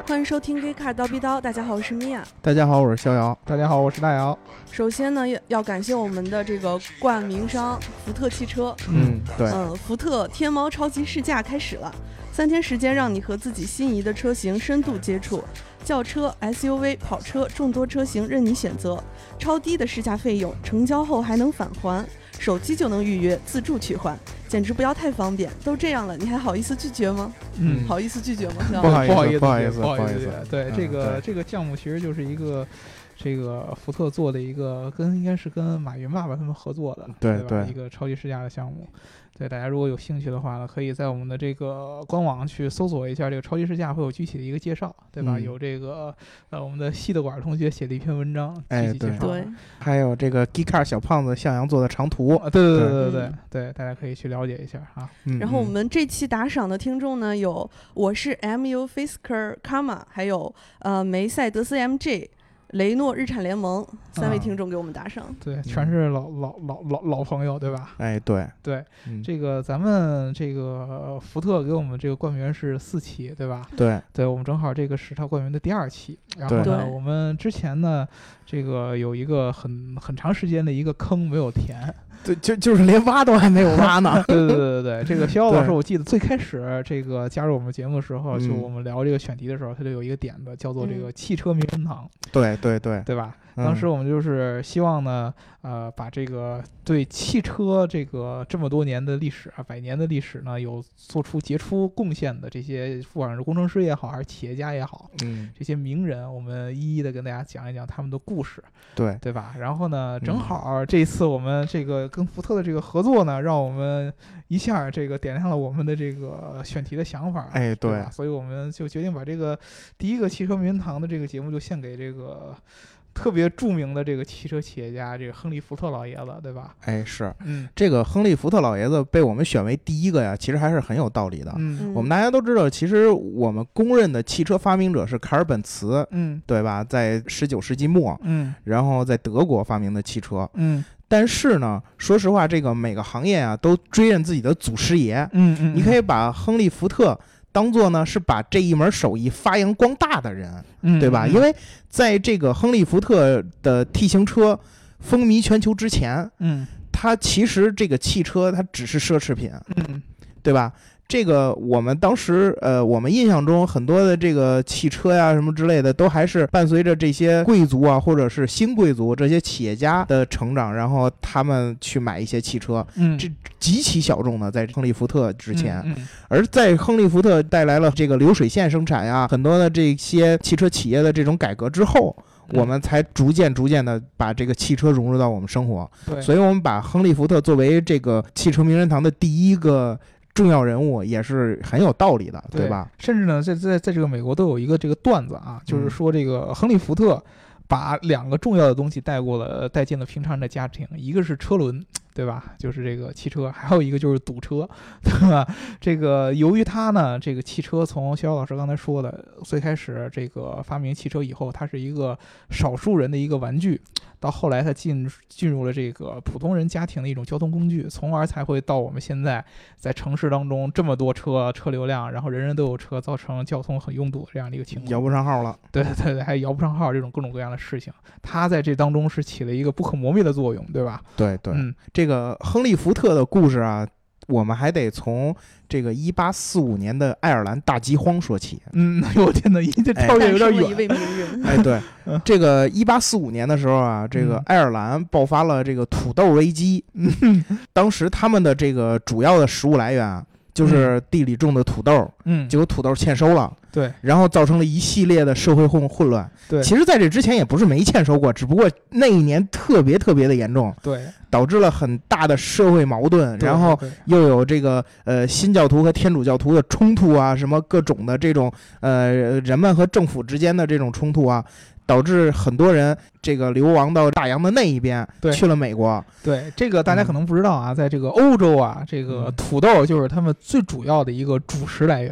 欢迎收听《给卡刀逼刀》，大家好，我是米娅。 大家好，我是逍遥。 大家好，我是大姚。 首先呢，要感谢我们的这个冠名商福特汽车。 对， 福特天猫超级试驾开始了，3天时间让你和自己心仪的车型深度接触，轿车、SUV、跑车众多车型任你选择，超低的试驾费用，成交后还能返还，手机就能预约，自助取换，简直不要太方便。都这样了，你还好意思拒绝吗？好意思拒绝吗？ 不好意思。对，这个项目其实就是一个这个福特做的一个应该是跟马云爸爸他们合作的，对吧？一个超级试驾的项目。对，大家如果有兴趣的话呢，可以在我们的这个官网去搜索一下这个超级试驾，会有具体的一个介绍，对吧？有这个我们的西德管同学写的一篇文章，具体介绍。 对， 还有这个 Geekcar 小胖子向阳做的长图， 对，大家可以去了解一下啊。 然后我们这期打赏的听众呢，有我是 MU Fisker Karma， 还有梅赛德斯 MG。雷诺日产联盟3位听众给我们打赏， 对，全是老朋友，对吧？ 对， 这个咱们这个福特给我们这个冠名是4期，对吧？对，我们正好这个是他冠名的第2期。然后呢，我们之前呢，这个有一个很长时间的一个坑没有填。 对，就是连挖都还没有挖呢。 对，这个肖老师，我记得最开始这个加入我们节目的时候，就我们聊这个选题的时候，他就有一个点子叫做这个汽车名人堂。对吧？当时我们就是希望呢，把这个对汽车这个这么多年的历史啊，100年的历史呢，有做出杰出贡献的这些，不管是工程师也好，还是企业家也好，这些名人，我们一一的跟大家讲一讲他们的故事，对吧？然后呢，正好这一次我们这个跟福特的这个合作呢，让我们一下这个点亮了我们的这个选题的想法，对吧？所以我们就决定把这个第一个汽车名人堂的这个节目就献给这个特别著名的这个汽车企业家，这个亨利·福特老爷子，对吧？ 是，这个亨利·福特老爷子被我们选为第一个呀，其实还是很有道理的。我们大家都知道，其实我们公认的汽车发明者是卡尔本茨，对吧？在19世纪末，然后在德国发明的汽车，但是呢，说实话，这个每个行业啊都追认自己的祖师爷，你可以把亨利·福特当做呢是把这一门手艺发扬光大的人，对吧？因为在这个亨利·福特的 T 型车风靡全球之前，它其实这个汽车它只是奢侈品，对吧？这个我们当时我们印象中很多的这个汽车呀什么之类的，都还是伴随着这些贵族啊或者是新贵族这些企业家的成长，然后他们去买一些汽车，这极其小众的，在亨利·福特之前。而在亨利·福特带来了这个流水线生产呀，很多的这些汽车企业的这种改革之后，我们才逐渐的把这个汽车融入到我们生活。所以我们把亨利·福特作为这个汽车名人堂的第一个重要人物，也是很有道理的，对吧？ 甚至呢，在这个美国都有一个这个段子啊，就是说这个亨利·福特把2个重要的东西带进了平常人的家庭，一个是车轮，对吧？就是这个汽车，还有一个就是堵车，对吧？这个由于他呢，这个汽车从肖老师刚才说的，最开始这个发明汽车以后，它是一个少数人的一个玩具，到后来它进入了这个普通人家庭的一种交通工具，从而才会到我们现在在城市当中这么多车流量，然后人人都有车，造成交通很拥堵的这样的一个情况， 摇不上号了。对， 还摇不上号这种各种各样的事情，它在这当中是起了一个不可磨灭的作用，对吧？ 对，这个亨利·福特的故事啊，我们还得从这个1845年的爱尔兰大饥荒说起。 我天哪，这跳跃有点远。 一位名人。 对，这个1845年的时候啊，这个爱尔兰爆发了这个土豆危机。当时他们的这个主要的食物来源啊，就是地里种的土豆，结果土豆欠收了。 对， 然后造成了一系列的社会混乱。 对， 其实在这之前也不是没欠收过，只不过那一年特别的严重。 对， 导致了很大的社会矛盾，然后又有这个新教徒和天主教徒的冲突啊，什么各种的这种人们和政府之间的这种冲突啊，导致很多人这个流亡到大洋的那一边，去了美国。 对，这个大家可能不知道啊，在这个欧洲啊，这个土豆就是他们最主要的一个主食来源。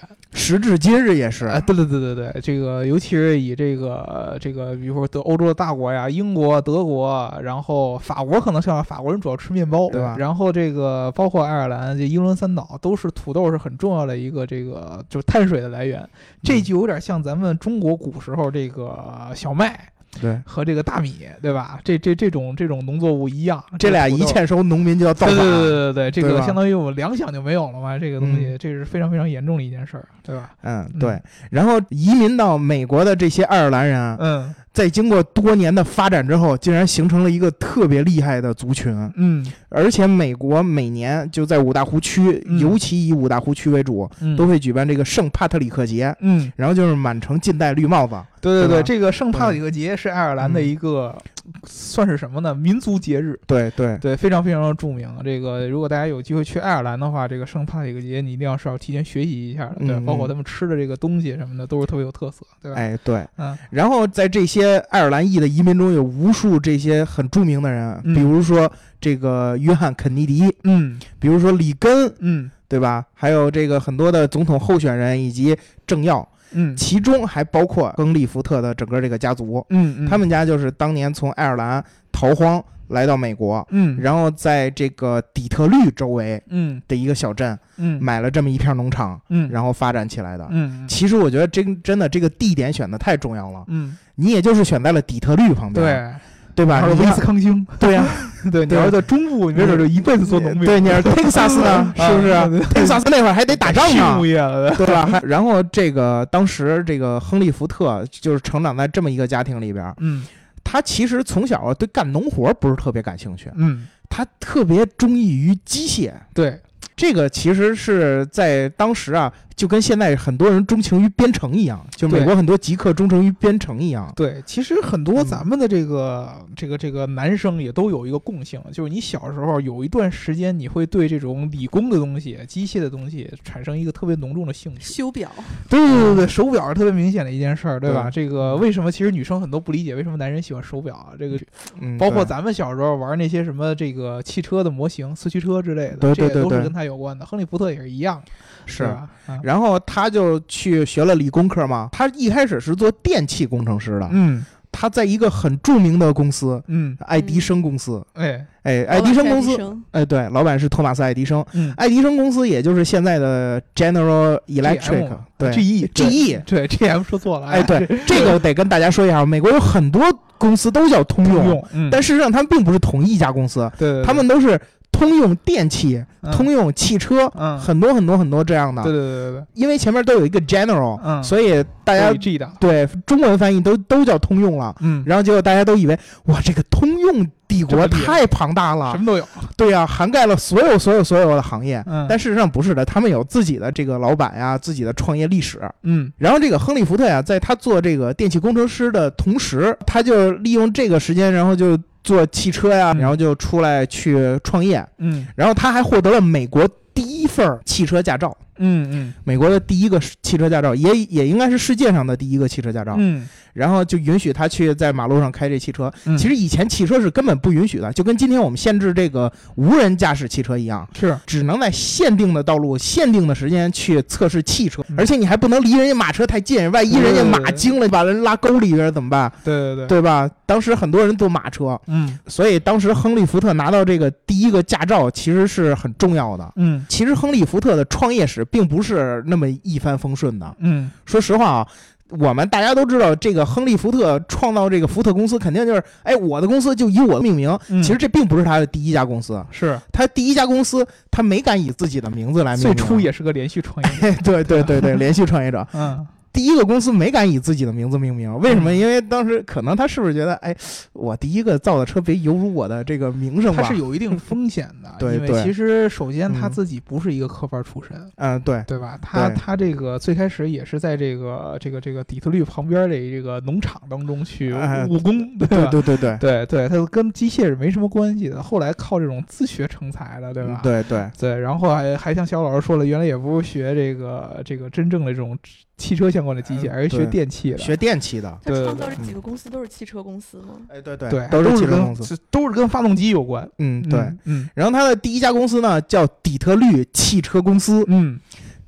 时至今日也是。 对，这个尤其是以这个，比如说欧洲的大国呀，英国、德国，然后法国，可能像法国人主要吃面包， 对吧？ 然后这个包括爱尔兰、这英伦三岛，都是土豆是很重要的一个这个就是碳水的来源。这就有点像咱们中国古时候这个小麦。 对， 和这个大米，对吧？这种农作物一样， 这俩一欠收，农民就要造反。 对，这个相当于我粮饷就没有了嘛。这个东西，这是非常非常严重的一件事儿，对吧？ 对。然后移民到美国的这些爱尔兰人，在经过多年的发展之后，竟然形成了一个特别厉害的族群。而且美国每年就在五大湖区，尤其以五大湖区为主，都会举办这个圣帕特里克节。然后就是满城尽戴绿帽子。 对，这个圣帕特里克节是爱尔兰的一个算是什么呢？民族节日。对，非常非常的著名。这个如果大家有机会去爱尔兰的话，这个圣帕特里克节你一定要提前学习一下的，对，包括他们吃的这个东西什么的都是特别有特色，对吧？ 对，然后在这些爱尔兰裔的移民中，有无数这些很著名的人，比如说这个约翰肯尼迪，比如说里根，对吧？还有这个很多的总统候选人以及政要。其中还包括亨利·福特的整个这个家族，他们家就是当年从爱尔兰逃荒来到美国，然后在这个底特律周围的一个小镇，买了这么一片农场，然后发展起来的。其实我觉得真的这个地点选的太重要了，你也就是选在了底特律旁边，对吧？ 威斯康星， 对呀， 对，你要是在中部，你没准就一辈子做农民。 对，你是德克萨斯呢，是不是？德克萨斯那会儿还得打仗呢，对吧？然后这个当时这个亨利·福特就是成长在这么一个家庭里边，他其实从小对干农活不是特别感兴趣，他特别中意于机械， 对。 这个其实是在当时啊，就跟现在很多人钟情于编程一样，就美国很多极客钟情于编程一样。 对，其实很多咱们的这个男生也都有一个共性，就是你小时候有一段时间，你会对这种理工的东西、机械的东西产生一个特别浓重的兴趣。 修表， 对，手表是特别明显的一件事儿，对吧？这个为什么其实女生很多不理解为什么男人喜欢手表啊？这个包括咱们小时候玩那些什么这个汽车的模型、四驱车之类的， 对， 这也都是跟他有关的。亨利·福特也是一样， 是吧？然后他就去学了理工科嘛。他一开始是做电气工程师的，他在一个很著名的公司，爱迪生公司，爱迪生公司，对，老板是托马斯·爱迪生，爱迪生公司也就是现在的 General Electric， 对 GE， 对 GM 说错了， 对，这个得跟大家说一下，美国有很多公司都叫通用，但事实上他们并不是同一家公司， 对， 他们都是通用电器、通用汽车，很多很多很多这样的。 对， 因为前面都有一个 general，所以大家对中文翻译都叫通用了。然后结果大家都以为哇，这个通用帝国太庞大了， 什么都有。 对呀，涵盖了所有的行业。但事实上不是的，他们有自己的这个老板呀，自己的创业历史。然后这个亨利·福特呀，在他做这个电气工程师的同时，他就利用这个时间，然后就做汽车呀，然后就出来去创业，然后他还获得了美国第一份汽车驾照，美国的第一个汽车驾照，也应该是世界上的第一个汽车驾照，然后就允许他去在马路上开这汽车。其实以前汽车是根本不允许的，就跟今天我们限制这个无人驾驶汽车一样， 是只能在限定的道路、限定的时间去测试汽车，而且你还不能离人家马车太近，万一人家马惊了，把人拉沟里边怎么办？对吧？当时很多人坐马车，所以当时亨利·福特拿到这个第一个驾照其实是很重要的。其实亨利·福特的创业史并不是那么一帆风顺的。说实话啊，我们大家都知道，这个亨利·福特创造这个福特公司，肯定就是我的公司就以我命名。其实这并不是他的第一家公司， 是他第一家公司他没敢以自己的名字来命名， 最初也是个连续创业者。 对，连续创业者。第一个公司没敢以自己的名字命名，为什么？因为当时可能他是不是觉得，我第一个造的车别有辱我的这个名声吧？ 他是有一定风险的， 对， 因为其实首先他自己不是一个科班出身，对吧？他这个最开始也是在这个底特律旁边的这个农场当中去务工，对吧？对，他跟机械是没什么关系的，后来靠这种自学成才的，对吧？对，然后还像肖老师说了，原来也不是学这个真正的这种汽车相关的机械，而是学电气的。 学电气的， 他创造这几个公司都是汽车公司吗？ 对， 都是汽车公司， 都是跟发动机有关。 对。然后他的第一家公司呢叫底特律汽车公司。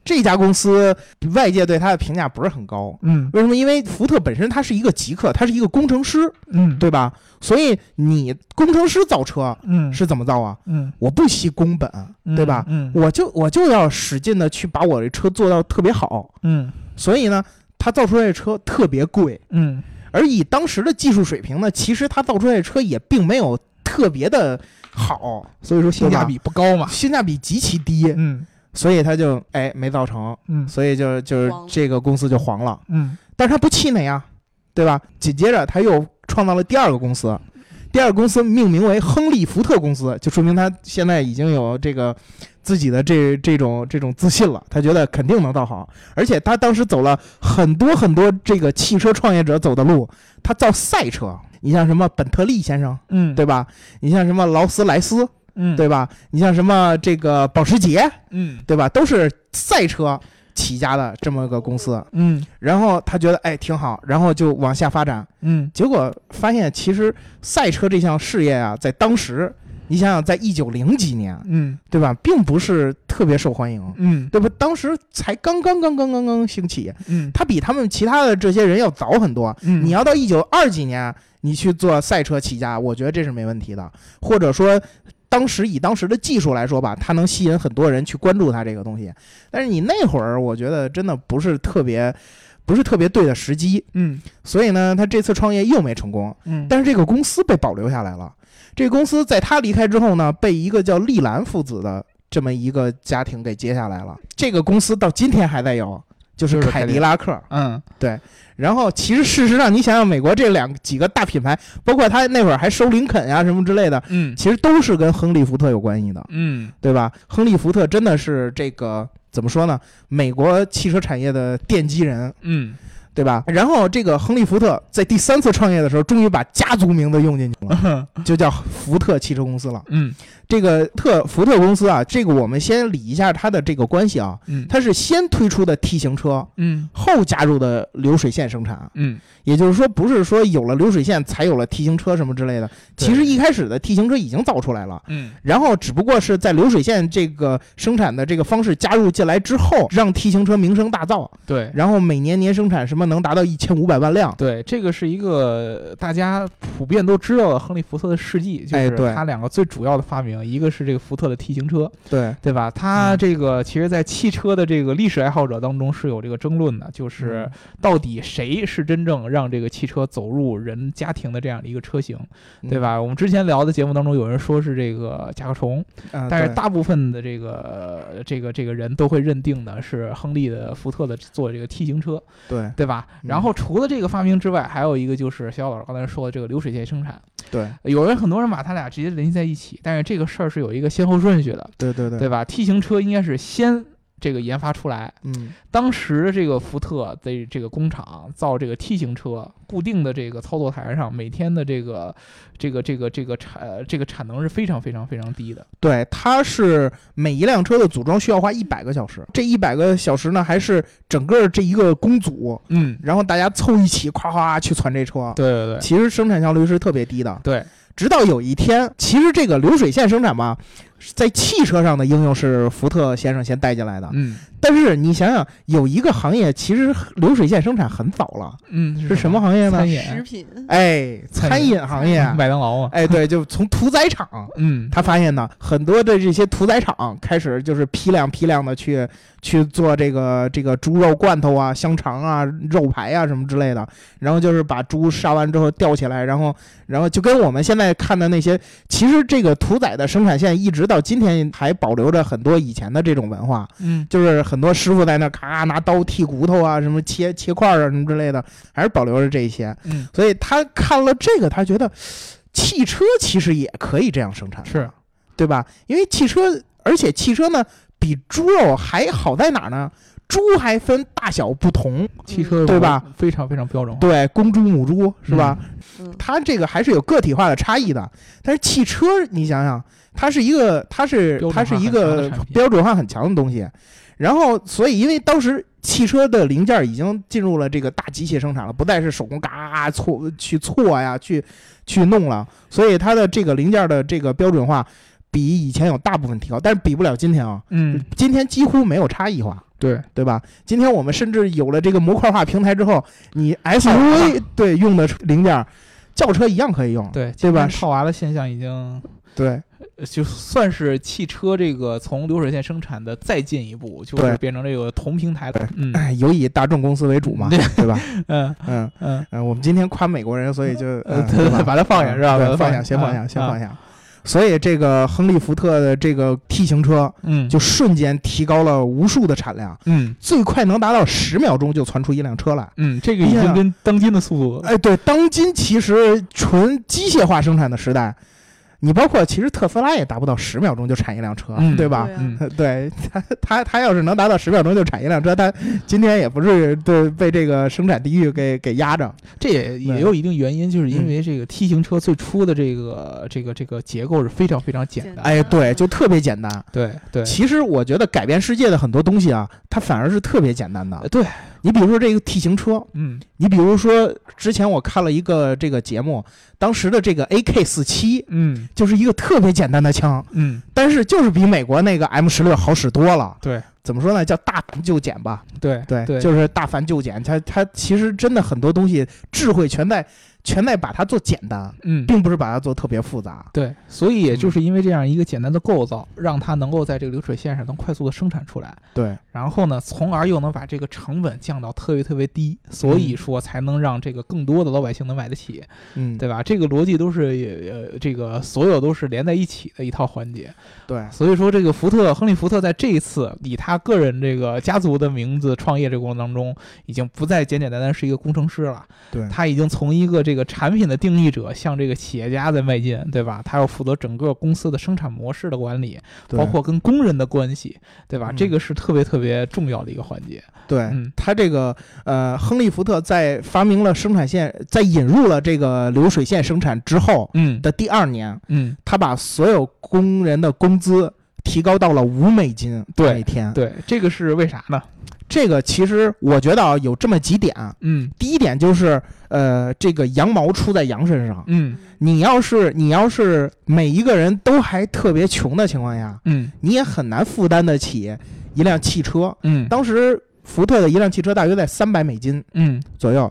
这家公司外界对它的评价不是很高。为什么？因为福特本身它是一个极客，它是一个工程师，对吧？所以你工程师造车，是怎么造啊？我不惜工本，对吧？我就要使劲的去把我这车做到特别好，所以呢，他造出来的车特别贵，而以当时的技术水平呢，其实他造出来的车也并没有特别的好， 所以说性价比不高嘛， 性价比极其低，所以他就没造成，所以就这个公司就黄了，但是他不气馁啊，对吧？紧接着他又创造了第二个公司，第二个公司命名为亨利福特公司，就说明他现在已经有这个自己的这种自信了，他觉得肯定能造好，而且他当时走了很多这个汽车创业者走的路，他造赛车，你像什么本特利先生，对吧？你像什么劳斯莱斯，对吧？你像什么这个保时捷，对吧？都是赛车起家的这么个公司，然后他觉得挺好，然后就往下发展，结果发现其实赛车这项事业啊，在当时你想想，在1900几年，对吧，并不是特别受欢迎，对吧？当时才刚兴起，他比他们其他的这些人要早很多，你要到1920几年你去做赛车起家，我觉得这是没问题的，或者说以当时的技术来说吧，它能吸引很多人去关注它这个东西。但是你那会儿，我觉得真的不是特别对的时机。所以呢，他这次创业又没成功。但是这个公司被保留下来了。这个公司在他离开之后呢，被一个叫利兰父子的这么一个家庭给接下来了。这个公司到今天还在有，就是凯迪拉克。对。然后其实事实上你想想美国这几个大品牌，包括他那会儿还收林肯呀什么之类的，其实都是跟亨利福特有关系的，对吧？亨利福特真的是这个怎么说呢，美国汽车产业的奠基人，对吧？然后这个亨利福特在第3次创业的时候，终于把家族名字用进去了，就叫福特汽车公司了。这个福特公司啊，这个我们先理一下它的这个关系啊。它是先推出的 T 型车，后加入的流水线生产，也就是说不是说有了流水线才有了 T 型车什么之类的，其实一开始的 T 型车已经造出来了，然后只不过是在流水线这个生产的这个方式加入进来之后，让 T 型车名声大噪， 对， 然后每年生产什么能达到1500万辆， 对，这个是一个大家普遍都知道的亨利福特的事迹，就是他2个最主要的发明，一个是这个福特的 T 型车，对吧？他这个其实在汽车的这个历史爱好者当中是有这个争论的，就是到底谁是真正让这个汽车走入人家庭的这样的一个车型，对吧？我们之前聊的节目当中有人说是这个甲壳虫，但是大部分的这个人都会认定的是亨利的福特的做这个 T 型车，对吧？然后除了这个发明之外，还有一个就是小老师刚才说的这个流水线生产， 对， 很多人把他俩直接联系在一起，但是这个事儿是有一个先后顺序的，对吧 ？T 型车应该是先这个研发出来，当时这个福特在这个工厂造这个 T 型车，固定的这个操作台上，每天的这个产能是非常低的。对， 它是每一辆车的组装需要花100个小时，这100个小时呢，还是整个这一个工组，然后大家凑一起夸夸去攒这车， 对， 其实生产效率是特别低的， 对。 直到有一天，其实这个流水线生产吧，在汽车上的应用是福特先生先带进来的，但是你想想，有一个行业其实流水线生产很早了，是什么行业呢？ 食品， 餐饮行业， 麦当劳啊， 对，就从屠宰场，他发现呢，很多的这些屠宰场开始就是批量的去做这个猪肉罐头啊、香肠啊、肉排啊什么之类的，然后就是把猪杀完之后吊起来，然后就跟我们现在看的那些，其实这个屠宰的生产线一直到今天还保留着很多以前的这种文化，就是很多师傅在那咔拿刀剔骨头啊，什么切块啊什么之类的，还是保留着这些，所以他看了这个，他觉得汽车其实也可以这样生产， 是， 对吧？因为而且汽车呢比猪肉还好在哪呢？猪还分大小不同， 汽车对吧？ 非常标准化， 对，公猪母猪是吧？它这个还是有个体化的差异的。但是汽车，你想想，它是一个标准化很强的东西。然后，所以因为当时汽车的零件已经进入了这个大机械生产了，不再是手工嘎去搓呀，去弄了，所以它的这个零件的这个标准化比以前有大部分提高，但是比不了今天啊。今天几乎没有差异化。 对吧？今天我们甚至有了这个模块化平台之后，你 SUV 对用的零件，轿车一样可以用，对吧？ 套娃的现象已经对。 就算是汽车这个从流水线生产的再进一步，就是变成这个同平台的， 有以大众公司为主嘛，对吧？我们今天夸美国人，所以就把它放下是吧？ 先放下。所以这个亨利福特的这个 T 型车，就瞬间提高了无数的产量，最快能达到10秒钟就传出一辆车来， 这个已经跟当今的速度， 对，当今其实纯机械化生产的时代。你包括其实特斯拉也达不到10秒钟就产一辆车，对吧？对他要是能达到10秒钟就产一辆车，他今天也不是被这个生产地域给压着。 这也有一定原因，就是因为这个 T 型车最初的这个结构是非常非常简单。 对，就特别简单。 对。 其实我觉得改变世界的很多东西啊，它反而是特别简单的。 对。 你比如说这个 T 型车，你比如说之前我看了一个这个节目，当时的这个 AK-47，就是一个特别简单的枪，但是就是比美国那个 M16好使多了。 对， 怎么说呢？叫大繁就简吧。 对， 就是大繁就简。它其实真的很多东西智慧全在把它做简单，并不是把它做特别复杂。 对，所以也就是因为这样一个简单的构造，让它能够在这个流水线上能快速的生产出来。 对， 然后呢，从而又能把这个成本降到特别特别低，所以说才能让这个更多的老百姓能买得起，对吧？这个逻辑都是这个所有都是连在一起的一套环节。 对， 所以说这个亨利福特在这一次以他个人这个家族的名字创业这个过程当中，已经不再简简单单是一个工程师了。 对， 他已经从一个这个产品的定义者向这个企业家在迈进，对吧？他要负责整个公司的生产模式的管理，包括跟工人的关系，对吧？这个是特别特别重要的一个环节。 对，他这个亨利福特在发明了生产线，在引入了这个流水线生产之后的第2年，他把所有工人的工资提高到了$5每天。 对，这个是为啥呢？ 这个其实我觉得有这么几点。第一点就是这个羊毛出在羊身上。你要是每一个人都还特别穷的情况下，你也很难负担得起一辆汽车。当时福特的一辆汽车大约在$300左右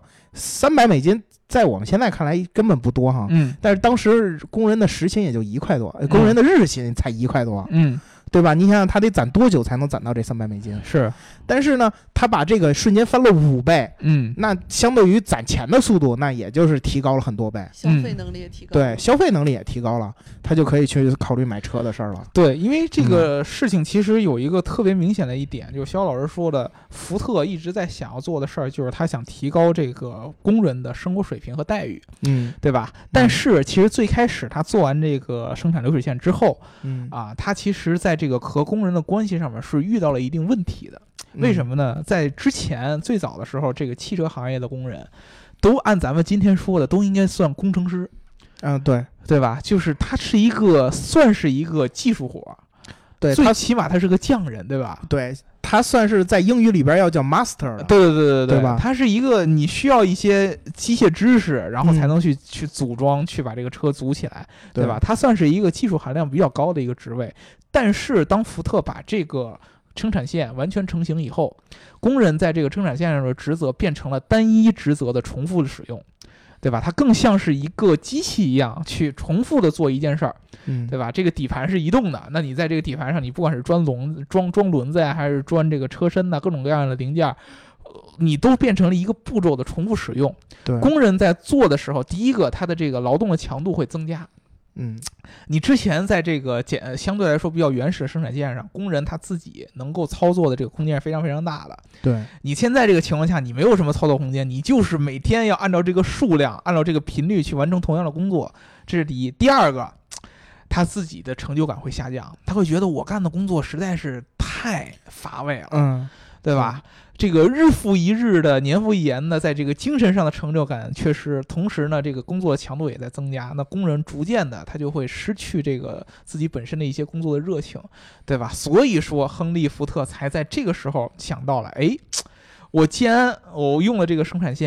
，$300在我们现在看来根本不多哈。但是当时工人的时薪也就1块多，工人的日薪才1块多。对吧？你想想他得攒多久才能攒到这$300？ 是， 但是呢，他把这个瞬间翻了5倍，那相对于攒钱的速度，那也就是提高了很多倍， 消费能力也提高了。 对，消费能力也提高了，他就可以去考虑买车的事儿了。 对，因为这个事情其实有一个特别明显的一点，就是肖老师说的，福特一直在想要做的事儿，就是他想提高这个工人的生活水平和待遇，对吧？但是其实最开始他做完这个生产流水线之后，他其实在这个和工人的关系上面是遇到了一定问题的。为什么呢？在之前最早的时候，这个汽车行业的工人都按咱们今天说的都应该算工程师。对吧？就是他是算是一个技术活， 对， 最起码他是个匠人，对吧？ 对，他算是在英语里边要叫 master 的。 对吧？ 他是一个你需要一些机械知识，然后才能去组装，去把这个车组起来，对吧？他算是一个技术含量比较高的一个职位。但是当福特把这个生产线完全成型以后，工人在这个生产线上的职责变成了单一职责的重复的使用，对吧？它更像是一个机器一样去重复的做一件事儿，对吧？这个底盘是移动的，那你在这个底盘上，你不管是装轮子呀，还是装这个车身呐，各种各样的零件，你都变成了一个步骤的重复使用。 对， 工人在做的时候，第一个他的这个劳动的强度会增加。你之前在这个相对来说比较原始的生产线上，工人他自己能够操作的这个空间是非常非常大的。 对， 你现在这个情况下，你没有什么操作空间，你就是每天要按照这个数量，按照这个频率去完成同样的工作，这是第一。第二个，他自己的成就感会下降，他会觉得我干的工作实在是太乏味了，对吧？这个日复一日的、年复一年的，在这个精神上的成就感缺失，同时呢，这个工作的强度也在增加。那工人逐渐的，他就会失去这个自己本身的一些工作的热情，对吧？所以说，亨利·福特才在这个时候想到了，我既然我用了这个生产线，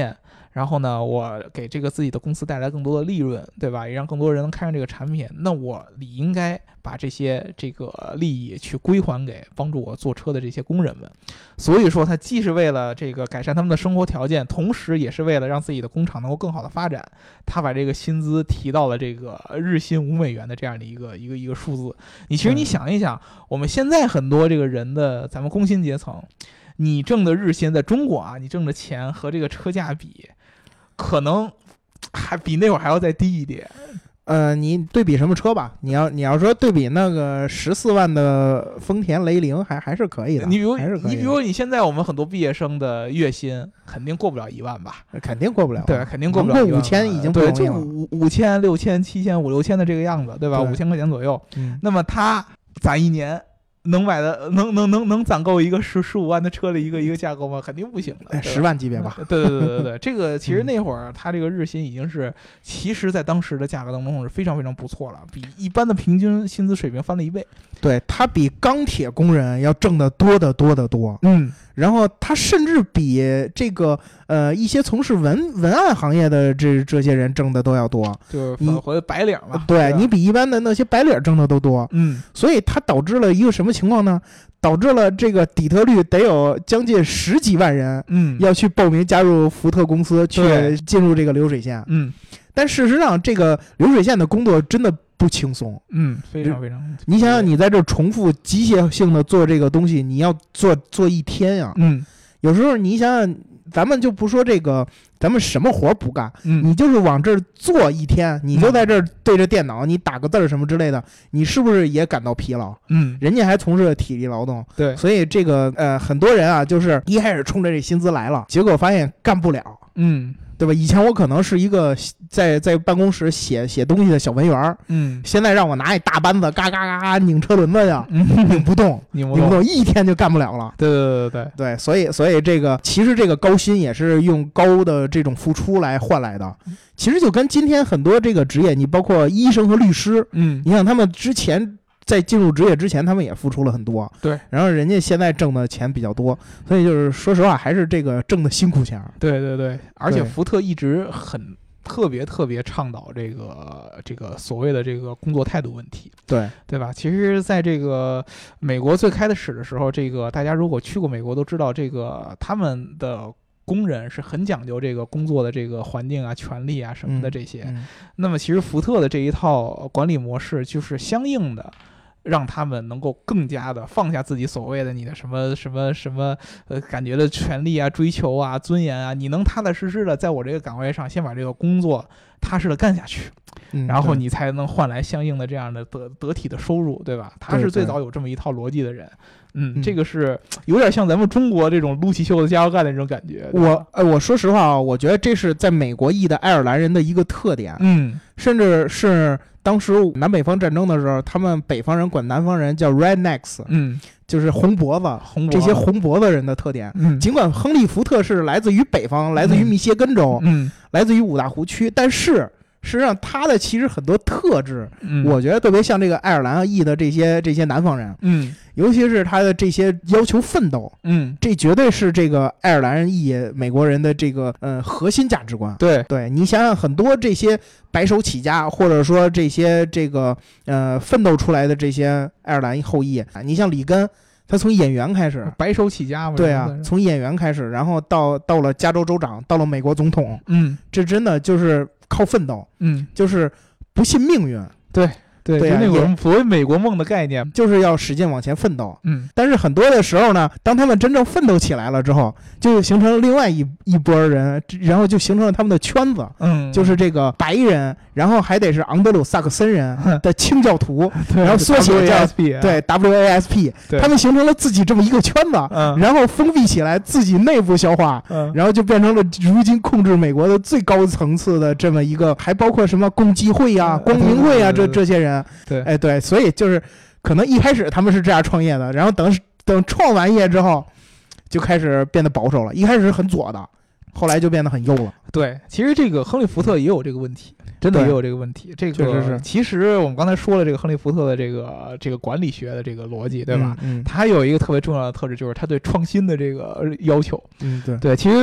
然后呢，我给这个自己的公司带来更多的利润，对吧？也让更多人能看上这个产品，那我理应该把这个利益去归还给帮助我做车的这些工人们。所以说，它既是为了这个改善他们的生活条件，同时也是为了让自己的工厂能够更好的发展。他把这个薪资提到了这个日薪$5的这样的一个数字。其实你想一想，我们现在很多这个人的咱们工薪阶层，你挣的日薪在中国啊，你挣的钱和这个车价比，可能还比那会儿还要再低一点。 你对比什么车吧？你要说对比那个14万的丰田雷凌，还是可以的。 你比如你现在我们很多毕业生的月薪肯定过不了1万吧？ 肯定过不了。 对，肯定过不了1万。 5000已经不容易了。 对，就5000、6000、7000、5000的这个样子，对吧？5000块钱左右。那么他攒一年。能买的能攒够一个15万的车的一个架构吗？肯定不行的 ，10万级别吧。 对，这个其实那会儿他这个日薪已经是，其实在当时的价格当中是非常非常不错了，比一般的平均薪资水平翻了1倍。 对，他比钢铁工人要挣得多得多。然后他甚至比这个一些从事文案行业的这些人挣的都要多， 就是返回白领嘛。 对，你比一般的那些白领挣的都多。所以它导致了一个什么情况呢？导致了这个底特律得有将近10几万人，要去报名加入福特公司，去进入这个流水线。但事实上，这个流水线的工作真的不轻松。 非常非常。 你想想，你在这重复机械性的做这个东西，你要做一天呀。有时候你想想，咱们就不说这个，咱们什么活不干，你就是往这儿坐一天，你就在这儿对着电脑，你打个字什么之类的，你是不是也感到疲劳？人家还从事体力劳动。 对， 所以这个很多人啊，就是一开始冲着这薪资来了，结果发现干不了。对吧？以前我可能是一个在办公室写东西的小文员，现在让我拿一大扳子嘎嘎嘎嘎拧车轮子呀，拧不动，一天就干不了了。 对， 所以这个其实这个高薪也是用高的这种付出来换来的。其实就跟今天很多这个职业，你包括医生和律师，你想他们之前在进入职业之前，他们也付出了很多， 对， 然后人家现在挣的钱比较多，所以就是说实话，还是这个挣的辛苦钱。 对，而且福特一直很特别倡导这个所谓的这个工作态度问题，对吧？其实在这个美国最开始的时候，这个大家如果去过美国都知道，这个他们的工人是很讲究这个工作的这个环境啊、权利啊什么的这些。那么其实福特的这一套管理模式就是相应的让他们能够更加的放下自己所谓的你的什么感觉的权利啊、追求啊、尊严啊，你能踏踏实实的在我这个岗位上先把这个工作踏实的干下去，然后你才能换来相应的这样的得体的收入，对吧？他是最早有这么一套逻辑的人。这个是有点像咱们中国这种撸起袖子加油干的这种感觉。 我说实话啊，我觉得这是在美国裔的爱尔兰人的一个特点。甚至是当时南北方战争的时候，他们北方人管南方人叫 rednecks，就是红脖子，这些红脖子人的特点。尽管亨利·福特是来自于北方，来自于密歇根州，来自于五大湖区，但是实际上他的其实很多特质，我觉得特别像这个爱尔兰裔的这些南方人，尤其是他的这些要求奋斗，这绝对是这个爱尔兰裔美国人的这个核心价值观。对，你想想很多这些白手起家，或者说这些这个奋斗出来的这些爱尔兰后裔，你像里根。他从演员开始， 白手起家嘛。 对啊，从演员开始，然后到了加州州长，到了美国总统。这真的就是靠奋斗。就是不信命运。 对，那种所谓美国梦的概念， 就是要使劲往前奋斗。但是很多的时候呢，当他们真正奋斗起来了之后，就形成了另外一波人，然后就形成了他们的圈子。就是这个白人，然后还得是昂德鲁萨克森人的清教徒，然后缩写叫WASP，他们形成了自己这么一个圈子，然后封闭起来，自己内部消化，然后就变成了如今控制美国的最高层次的这么一个，还包括什么共济会啊、光明会啊，这些人。对，所以就是可能一开始他们是这样创业的，然后等创完业之后，就开始变得保守了。一开始是很左的，后来就变得很右了。 对，其实这个亨利·福特也有这个问题，真的也有这个问题。这个是， 其实我们刚才说了，这个亨利·福特的这个管理学的这个逻辑，对吧？他有一个特别重要的特质，就是他对创新的这个要求。 对， 其实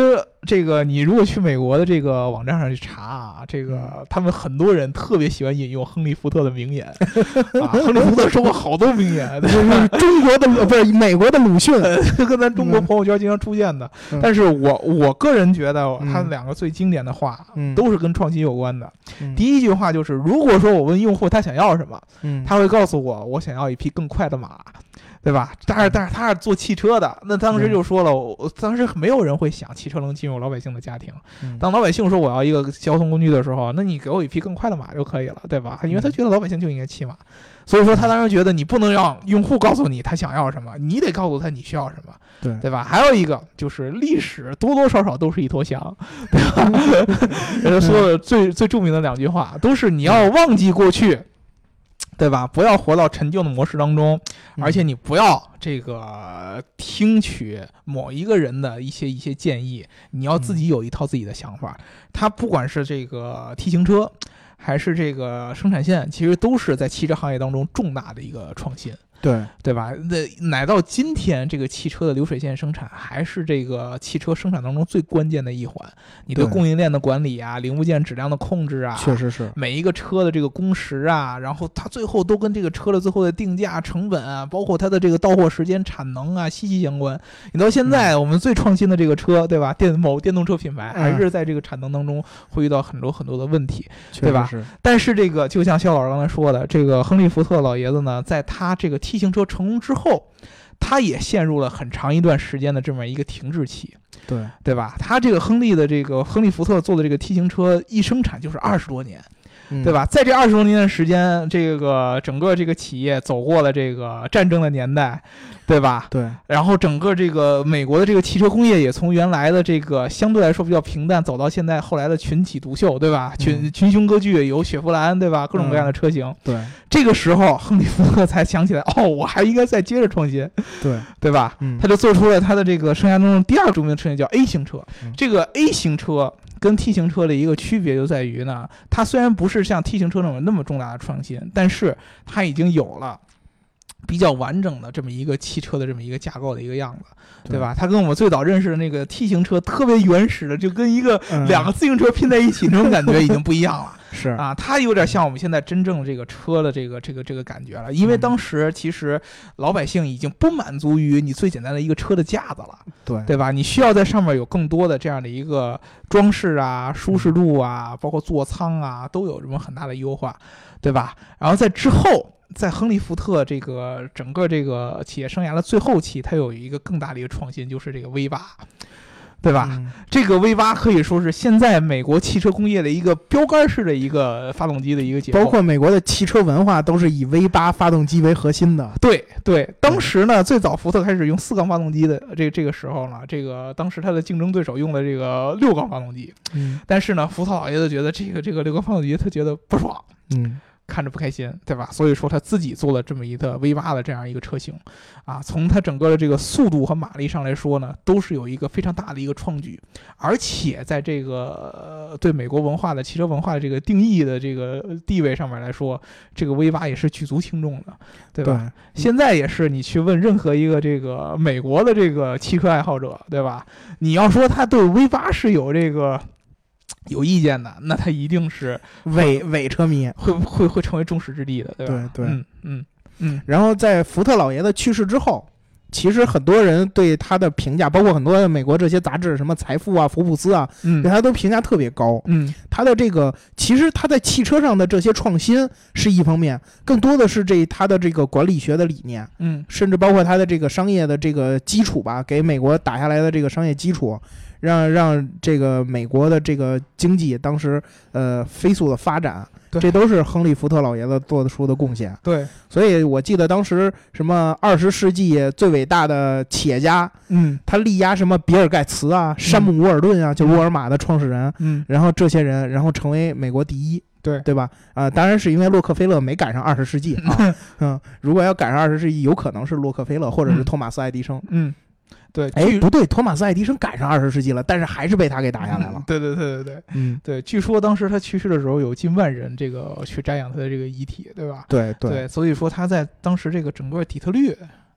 这个你如果去美国的这个网站上去查啊，这个他们很多人特别喜欢引用亨利福特的名言啊，亨利福特说过好多名言， 就是中国的不是美国的鲁迅， 跟咱中国朋友圈经常出现的。但是我个人觉得他们两个最经典的话都是跟创新有关的。第一句话就是，如果说我问用户他想要什么，他会告诉我想要一匹更快的马。对吧？但是他是做汽车的，那当时就说了，当时没有人会想汽车能进入老百姓的家庭。当老百姓说我要一个交通工具的时候，那你给我一匹更快的马就可以了，对吧？因为他觉得老百姓就应该骑马，所以说他当时觉得你不能让用户告诉你他想要什么，你得告诉他你需要什么，对吧？还有一个就是历史多多少少都是一坨翔，对吧？人家说的最著名的两句话都是你要忘记过去。对吧？不要活到陈旧的模式当中，而且你不要这个听取某一个人的一些建议，你要自己有一套自己的想法。他不管是这个 T 型车，还是这个生产线，其实都是在汽车行业当中重大的一个创新。对吧？那乃到今天，这个汽车的流水线生产还是这个汽车生产当中最关键的一环。你对供应链的管理啊，零部件质量的控制啊， 确实是每一个车的这个工时啊，然后它最后都跟这个车的最后的定价、成本啊，包括它的这个到货时间、产能啊，息息相关。你到现在，我们最创新的这个车，对吧？某电动车品牌还是在这个产能当中会遇到很多很多的问题，对吧？但是这个就像肖老师刚才说的，这个亨利福特老爷子呢，在他这个 T 型车成功之后，他也陷入了很长一段时间的这么一个停滞期，对吧？他这个亨利福特做的这个 T 型车一生产就是20多年，对吧？在这20多年的时间，这个整个这个企业走过了这个战争的年代，对吧？ 对。 然后整个这个美国的这个汽车工业也从原来的这个相对来说比较平淡，走到现在后来的群起独秀，对吧？群雄割据，有雪佛兰，对吧？各种各样的车型。 对。 这个时候，亨利福特才想起来，我还应该再接着创新，对吧？他就做出了他的这个生涯中的第二个著名的车型，叫 A 型车。这个 A 型车跟 T 型车的一个区别就在于呢，它虽然不是像 T 型车那么重大的创新，但是它已经有了比较完整的这么一个汽车的这么一个架构的一个样子，对吧？它跟我们最早认识的那个 T 型车特别原始的，就跟两个自行车拼在一起那种感觉已经不一样了。 是啊， 它有点像我们现在真正这个车的这个感觉了，因为当时其实老百姓已经不满足于你最简单的一个车的架子了，对吧？你需要在上面有更多的这样的一个装饰啊、舒适度啊，包括座舱啊，都有这么很大的优化，对吧？然后在之后，在亨利福特这个整个这个企业生涯的最后期，它有一个更大的一个创新，就是这个 V8。对吧？这个 V8可以说是现在美国汽车工业的一个标杆式的一个发动机的一个结构， 包括美国的汽车文化都是以 V8 发动机为核心的。 对，当时呢，最早福特开始用4缸发动机的这个时候呢，这个当时它的竞争对手用了这个6缸发动机，但是呢，福特老爷子觉得这个6缸发动机他觉得不爽，看着不开心，对吧？所以说他自己做了这么一个 V8 的这样一个车型，啊，从它整个的这个速度和马力上来说呢，都是有一个非常大的一个创举，而且在这个对美国文化的汽车文化的这个定义的这个地位上面来说，这个 V8 也是举足轻重的，对吧？现在也是你去问任何一个这个美国的这个汽车爱好者，对吧？你要说他对 V8 是有意见的，那他一定是伪车迷， 会成为众矢之的，对吧？ 对，然后在福特老爷子去世之后，其实很多人对他的评价，包括很多美国这些杂志，什么财富啊、福布斯啊，对他都评价特别高。他的这个其实他在汽车上的这些创新是一方面，更多的是他的这个管理学的理念，甚至包括他的这个商业的这个基础吧，给美国打下来的这个商业基础。让这个美国的这个经济当时飞速的发展，这都是亨利福特老爷子做出的贡献。 对， 所以我记得当时什么20世纪最伟大的企业家，他力压什么比尔盖茨啊、山姆沃尔顿啊，就沃尔玛的创始人，然后这些人，然后成为美国第一。对吧？当然是因为洛克菲勒没赶上20世纪啊。如果要赶上20世纪，有可能是洛克菲勒或者是托马斯爱迪生。 对， 不对，托马斯爱迪生赶上20世纪了，但是还是被他给打下来了。 对，据说当时他去世的时候有近万人这个去瞻仰他的这个遗体，对吧？ 对， 所以说他在当时这个整个底特律，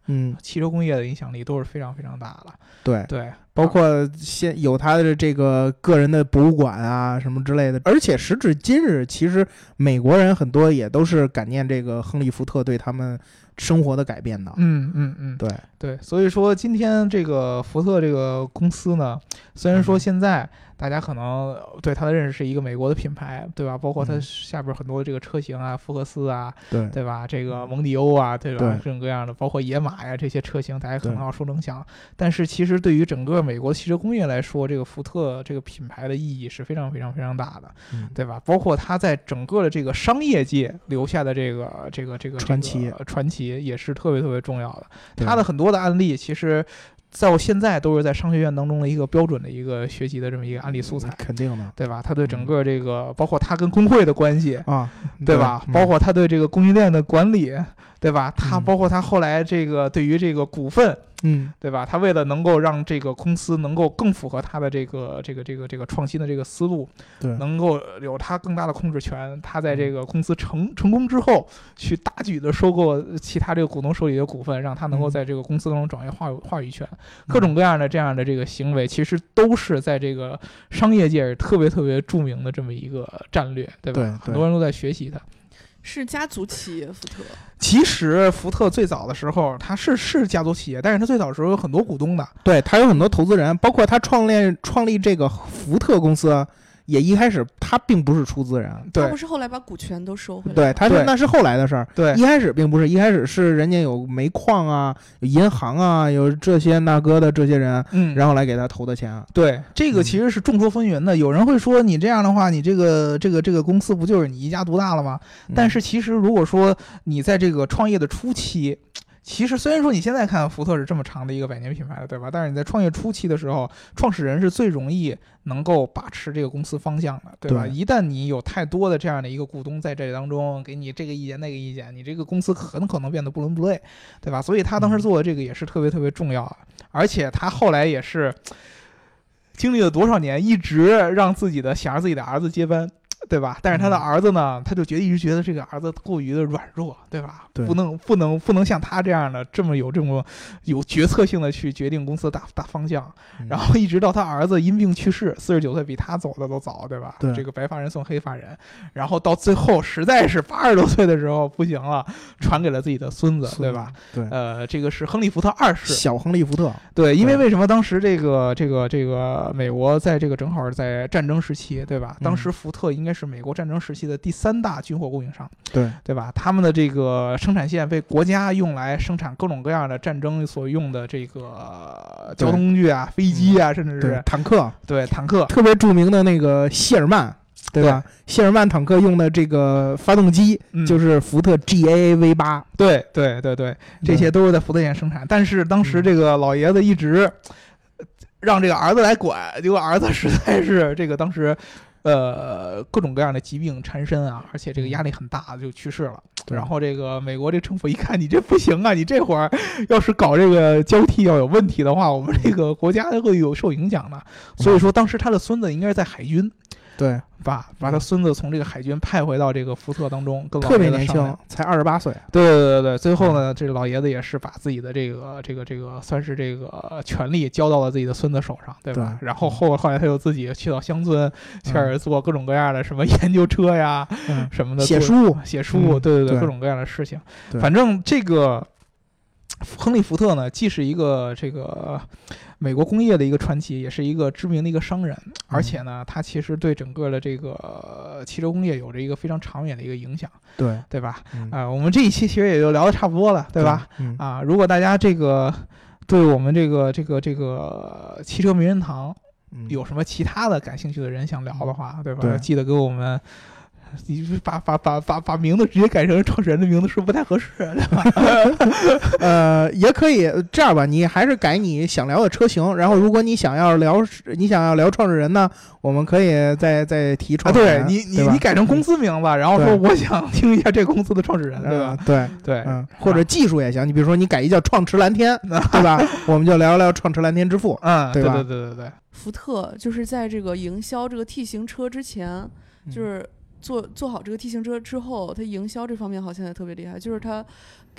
汽车工业的影响力都是非常非常大的。对， 包括有他的这个个人的博物馆啊什么之类的。而且时至今日，其实美国人很多也都是感念这个亨利·福特对他们生活的改变的。对， 所以说今天这个福特这个公司呢，虽然说现在大家可能对它的认识是一个美国的品牌，对吧？包括它下边很多这个车型啊，福克斯啊，对吧？这个蒙迪欧啊，对吧？各种各样的，包括野马呀这些车型，大家可能要说能想。但是其实对于整个美国汽车工业来说，这个福特这个品牌的意义是非常非常非常大的，对吧？包括它在整个的这个商业界留下的这个传奇也是特别特别重要的。它的很多的案例其实在我现在都是在商学院当中的一个标准的一个学习的这么一个案例素材， 肯定的， 对吧？他对整个这个包括他跟工会的关系啊， 对吧？包括他对这个供应链的管理，对吧？他包括他后来这个对于这个股份，对吧？他为了能够让这个公司能够更符合他的这个创新的这个思路， 对， 能够有他更大的控制权。他在这个公司成功之后，去大举的收购其他这个股东手里的股份，让他能够在这个公司当中掌握话语权。各种各样的这样的这个行为，其实都是在这个商业界特别特别著名的这么一个战略，对吧？很多人都在学习它。 是家族企业，福特。 其实福特最早的时候，它是家族企业，但是它最早的时候有很多股东的。 对，它有很多投资人，包括他创立这个福特公司，也一开始他并不是出资人， 他不是后来把股权都收回来。 对，那是后来的事儿。 对， 一开始并不是，一开始是人家有煤矿啊，有银行啊，有这些那个的这些人，然后来给他投的钱。 对，这个其实是众说纷纭的。有人会说，你这样的话，你这个公司不就是你一家独大了吗？但是其实如果说你在这个创业的初期，其实虽然说你现在看福特是这么长的一个100年品牌的，对吧？但是你在创业初期的时候，创始人是最容易能够把持这个公司方向的，对吧？一旦你有太多的这样的一个股东在这当中，给你这个意见那个意见，你这个公司很可能变得不伦不类，对吧？所以他当时做的这个也是特别特别重要的，而且他后来也是经历了多少年，一直让想让自己的儿子接班。对吧？但是他的儿子呢，他就一直觉得这个儿子过于的软弱，对吧？ 对， 不能像他这样的这么有决策性的去决定公司大方向。然后一直到他儿子因病去世，49岁比他走的都早，对吧？ 对， 这个白发人送黑发人，然后到最后实在是80多岁的时候不行了，传给了自己的孙子，对吧？ 对， 这个是亨利·福特2世， 小亨利·福特。 对，因为为什么当时这个美国在这个正好在战争时期，对吧？当时福特应该是美国战争时期的第3大军火供应商，对吧？他们的这个生产线被国家用来生产各种各样的战争所用的这个交通工具啊、飞机啊，甚至是坦克。 对，坦克特别著名的那个谢尔曼，对吧？谢尔曼坦克用的这个发动机就是福特 GAA V8。 对，这些都是在福特线生产。但是当时这个老爷子一直让这个儿子来管，结果儿子实在是这个当时。各种各样的疾病缠身啊，而且这个压力很大，就去世了。然后这个美国这政府一看，你这不行啊，你这会儿要是搞这个交替要有问题的话，我们这个国家会有受影响的。所以说，当时他的孙子应该是在海军。 对， 把他孙子从这个海军派回到这个福特当中，跟特别年轻，才28岁。 对，最后呢，这个老爷子也是把自己的这个算是这个权力交到了自己的孙子手上，对吧？然后后来他又自己去到乡村，开始做各种各样的什么研究车呀，什么的， 写书， 对，各种各样的事情。反正这个亨利·福特呢，既是一个这个美国工业的一个传奇，也是一个知名的一个商人，而且呢，他其实对整个的这个汽车工业有着一个非常长远的一个影响，对吧？我们这一期其实也就聊得差不多了，对吧？如果大家这个对我们这个汽车名人堂有什么其他的感兴趣的人想聊的话，对吧？记得给我们。你把名字直接改成创始人的名字是不太合适，对吧？也可以这样吧，你还是改你想聊的车型，然后如果你想要聊创始人呢，我们可以再提创始人。 你改成公司名字，然后说我想听一下这个公司的创始人，对吧？ 对，或者技术也行，你比如说你改一叫创驰蓝天，对吧？我们就聊聊创驰蓝天之父，对吧？ 对。 福特就是在这个营销这个 T 型车之前，就是做好这个 T 型车之后，它营销这方面好像也特别厉害，就是它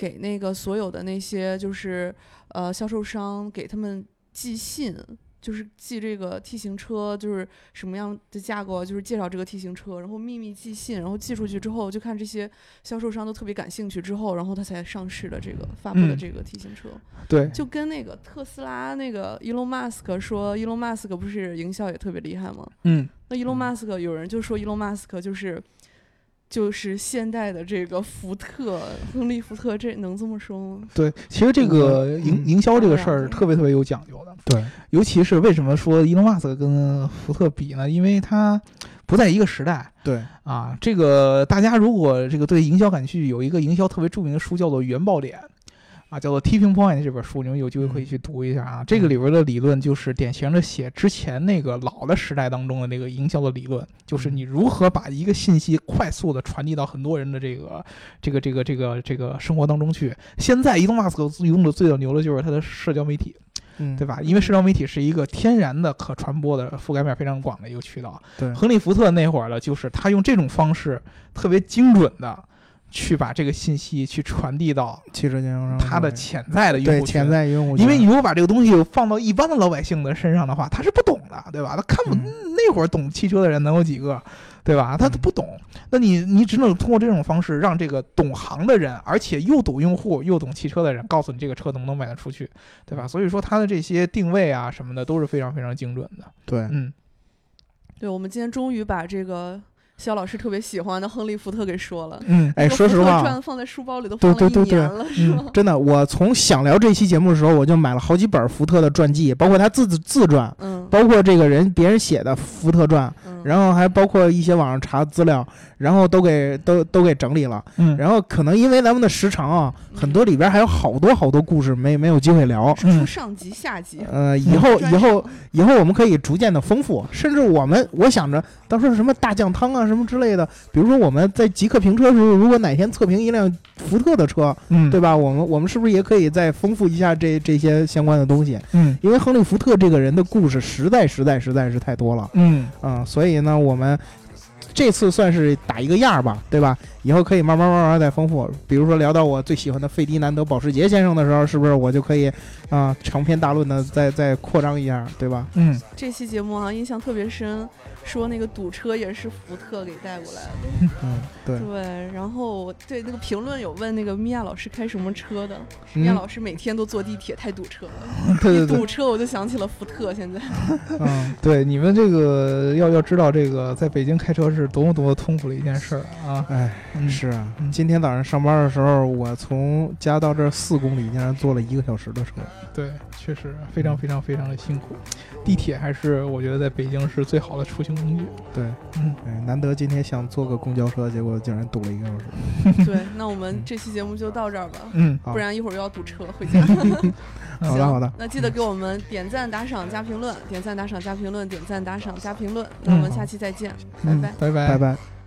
给那个所有的那些就是销售商给他们寄信。就是寄这个 T 型车，就是什么样的架构，就是介绍这个 T 型车，然后秘密寄信，然后寄出去之后，就看这些销售商都特别感兴趣之后，然后他才上市的这个发布的这个 T 型车。 对， 就跟那个特斯拉那个 Elon Musk 说 ，Elon Musk 不是营销也特别厉害吗？那 Elon Musk 有人就说 Elon Musk 就是现代的这个福特，亨利福特，这能这么说吗？ 对，其实这个营销这个事儿特别特别有讲究的。 对， 尤其是为什么说伊隆马斯克跟福特比呢？因为他不在一个时代。 对啊，这个大家如果这个对营销感兴趣，有一个营销特别著名的书叫做《原爆点》。啊，叫做 Tipping Point 这本书，你们有机会可以去读一下啊。这个里边的理论就是典型的写之前那个老的时代当中的那个营销的理论，就是你如何把一个信息快速的传递到很多人的这个生活当中去。现在伊隆马斯克用的最牛的就是他的社交媒体，对吧？因为社交媒体是一个天然的可传播的、覆盖面非常广的一个渠道。 对， 亨利福特那会儿呢，就是他用这种方式特别精准的。去把这个信息去传递到汽车经销商他的潜在的用户群， 对潜在用户群， 因为你如果把这个东西放到一般的老百姓的身上的话，他是不懂的，对吧？他看不、那会儿懂汽车的人能有几个，对吧？他不懂，那你只能通过这种方式让这个懂行的人，而且又懂用户又懂汽车的人，告诉你这个车能不能卖得出去，对吧？所以说他的这些定位啊什么的都是非常非常精准的。 对， 对，我们今天终于把这个肖老师特别喜欢的亨利福特给说了。 说实话， 传放在书包里都放了1年了，是吗？ 真的，我从想聊这期节目的时候，我就买了好几本福特的传记，包括他自传，包括这个别人写的福特传，然后还包括一些网上查资料，然后都给整理了。然后可能因为咱们的时长啊，很多里边还有好多故事没有机会聊。 出上集下集。 以后我们可以逐渐的丰富，甚至我想着到时候什么大酱汤啊什么之类的，比如说我们在极客评车的时候，如果哪天测评一辆福特的车，对吧？我们是不是也可以再丰富一下这些相关的东西？因为亨利福特这个人的故事实在是太多了。所以呢，我们这次算是打一个样吧，对吧？以后可以慢慢再丰富。比如说聊到我最喜欢的费迪南德·保时捷先生的时候，是不是我就可以长篇大论的再扩张一下，对吧？ 这期节目印象特别深，说那个堵车也是福特给带过来的。对。然后对那个评论有问那个米娅老师开什么车的，米娅老师每天都坐地铁，太堵车了。 对， 堵车我就想起了福特。现在对，你们这个要知道，这个在北京开车是多么痛苦的一件事啊！ 是啊，今天早上上班的时候，我从家到这4公里，竟然坐了1个小时的车。 对，确实非常非常非常的辛苦。地铁还是我觉得在北京是最好的出行工具。 对，难得今天想坐个公交车，结果竟然堵了1个小时。对，那我们这期节目就到这儿吧。不然一会儿又要堵车回家。 好的。 那记得给我们点赞、打赏、加评论，点赞、打赏、加评论，点赞、打赏、加评论。那我们下期再见，拜拜。 拜拜。